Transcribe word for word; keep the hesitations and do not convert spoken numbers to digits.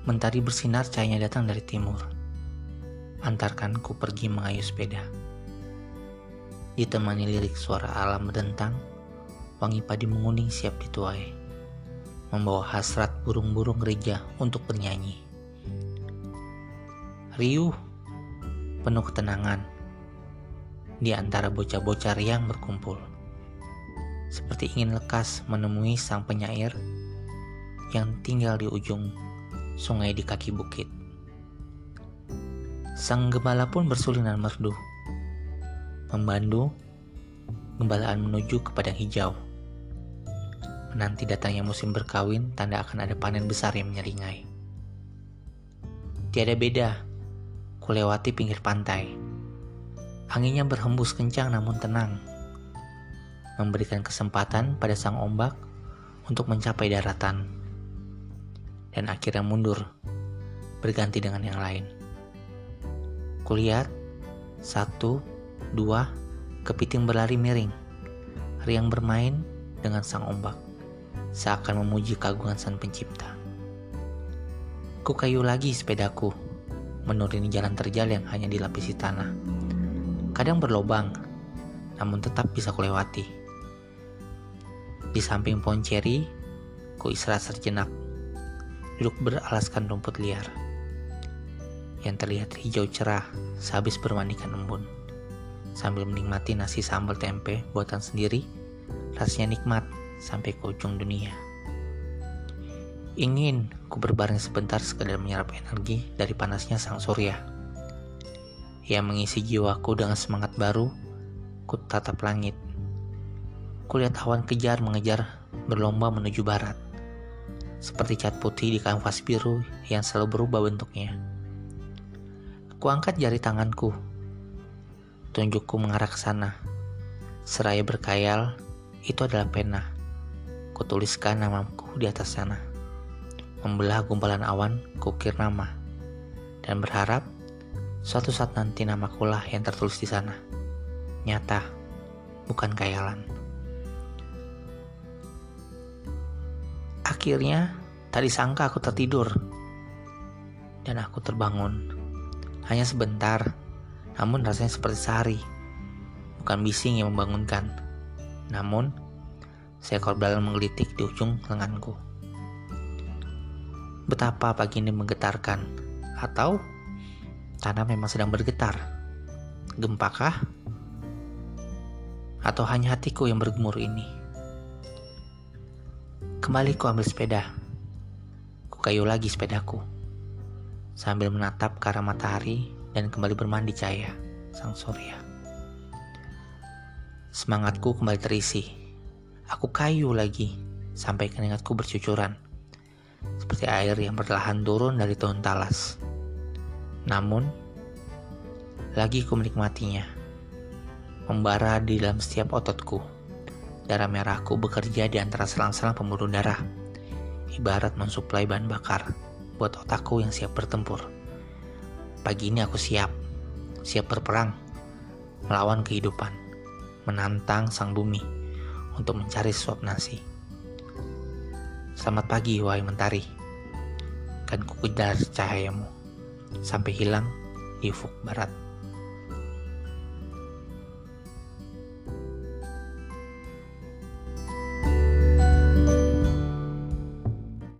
Mentari bersinar, cahayanya datang dari timur. Antarkan ku pergi mengayuh sepeda. Ditemani lirik suara alam berdentang, wangi padi menguning siap dituai, membawa hasrat burung-burung gereja untuk bernyanyi. Riuh, penuh ketenangan, di antara bocah-bocah riang berkumpul, seperti ingin lekas menemui sang penyair yang tinggal di ujung sungai di kaki bukit. Sang gembala pun bersuling dan merdu, membandu gembalaan menuju ke padang hijau. Menanti datangnya musim berkawin, tanda akan ada panen besar yang menyeringai. Tiada beda, ku lewati pinggir pantai. Anginnya berhembus kencang namun tenang, memberikan kesempatan pada sang ombak untuk mencapai daratan, dan akhirnya mundur, berganti dengan yang lain. Kulihat, satu, dua, kepiting berlari miring, riang bermain dengan sang ombak, seakan memuji keagungan sang pencipta. Ku kayu lagi sepedaku, menuruni jalan terjal yang hanya dilapisi tanah. Kadang berlobang, namun tetap bisa kulewati. Di samping pohon ceri, ku istirahat sejenak, duduk beralaskan rumput liar yang terlihat hijau cerah sehabis bermandikan embun, sambil menikmati nasi sambal tempe buatan sendiri. Rasanya nikmat sampai ke ujung dunia. Ingin ku berbaring sebentar sekedar menyerap energi dari panasnya sang surya yang mengisi jiwaku dengan semangat baru. Ku tatap langit, ku lihat awan kejar mengejar berlomba menuju barat, seperti cat putih di kanvas biru yang selalu berubah bentuknya. Ku angkat jari tanganku, tunjukku mengarah ke sana. Seraya berkayal, itu adalah pena. Ku tuliskan namaku di atas sana. Membelah gumpalan awan, kukir nama, dan berharap suatu saat nanti namakulah yang tertulis di sana. Nyata, bukan khayalan. Akhirnya, tak disangka aku tertidur, dan aku terbangun. Hanya sebentar, namun rasanya seperti sehari. Bukan bising yang membangunkan, namun seekor belalang menggelitik di ujung lenganku. Betapa pagi ini menggetarkan, atau tanah memang sedang bergetar? Gempakah? Atau hanya hatiku yang bergemuruh ini? Kembali ku ambil sepeda, ku kayu lagi sepedaku, sambil menatap ke arah matahari dan kembali bermandi cahaya sang surya. Semangatku kembali terisi. Aku kayu lagi sampai keringatku bercucuran, seperti air yang perlahan turun dari daun talas. Namun, lagi ku menikmatinya, membara di dalam setiap ototku. Darah merahku bekerja di antara selang-selang pembuluh darah, ibarat mensuplai bahan bakar buat otakku yang siap bertempur. Pagi ini aku siap, siap berperang, melawan kehidupan, menantang sang bumi untuk mencari suap nasi. Selamat pagi, wahai mentari, kan ku kejar cahayamu sampai hilang di ufuk barat.